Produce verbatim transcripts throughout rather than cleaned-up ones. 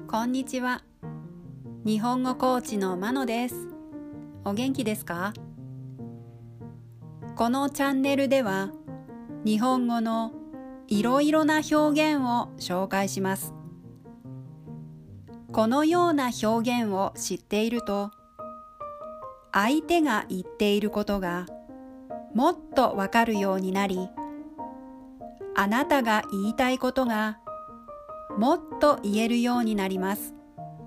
こんにちは。日本語コーチのまのです。お元気ですか？このチャンネルでは日本語のいろいろな表現を紹介します。このような表現を知っていると、相手が言っていることがもっとわかるようになり、あなたが言いたいことがもっと言えるようになります。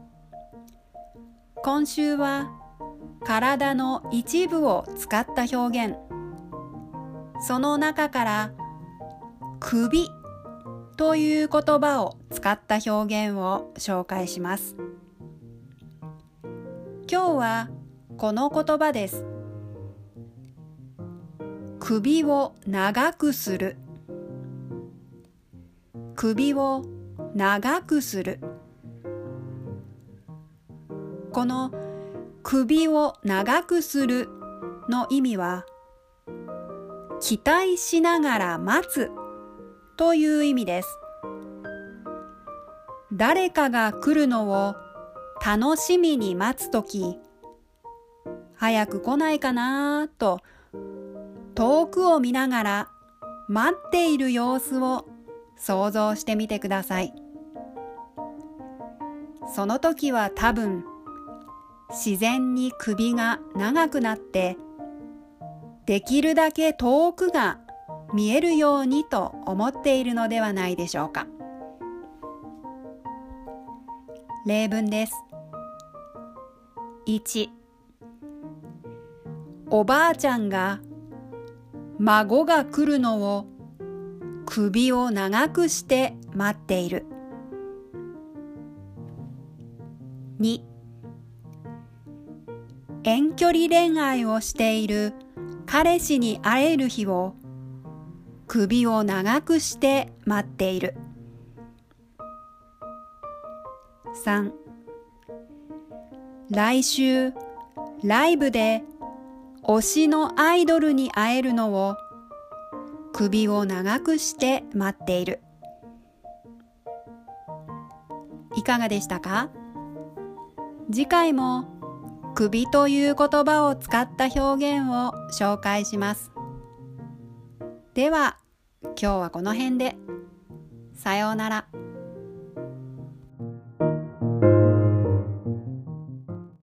今週は体の一部を使った表現、その中から首という言葉を使った表現を紹介します。今日はこの言葉です。首を長くする。首を長くする。この首を長くするの意味は、期待しながら待つという意味です。誰かが来るのを楽しみに待つとき、早く来ないかなと遠くを見ながら待っている様子を想像してみてください。その時は多分自然に首が長くなって、できるだけ遠くが見えるようにと思っているのではないでしょうか。例文です。いち、おばあちゃんが孫が来るのを首を長くして待っている。に、遠距離恋愛をしている彼氏に会える日を首を長くして待っている。さん、来週ライブで推しのアイドルに会えるのを首を長くして待っている。いかがでしたか？次回も首という言葉を使った表現を紹介します。では、今日はこの辺で。さようなら。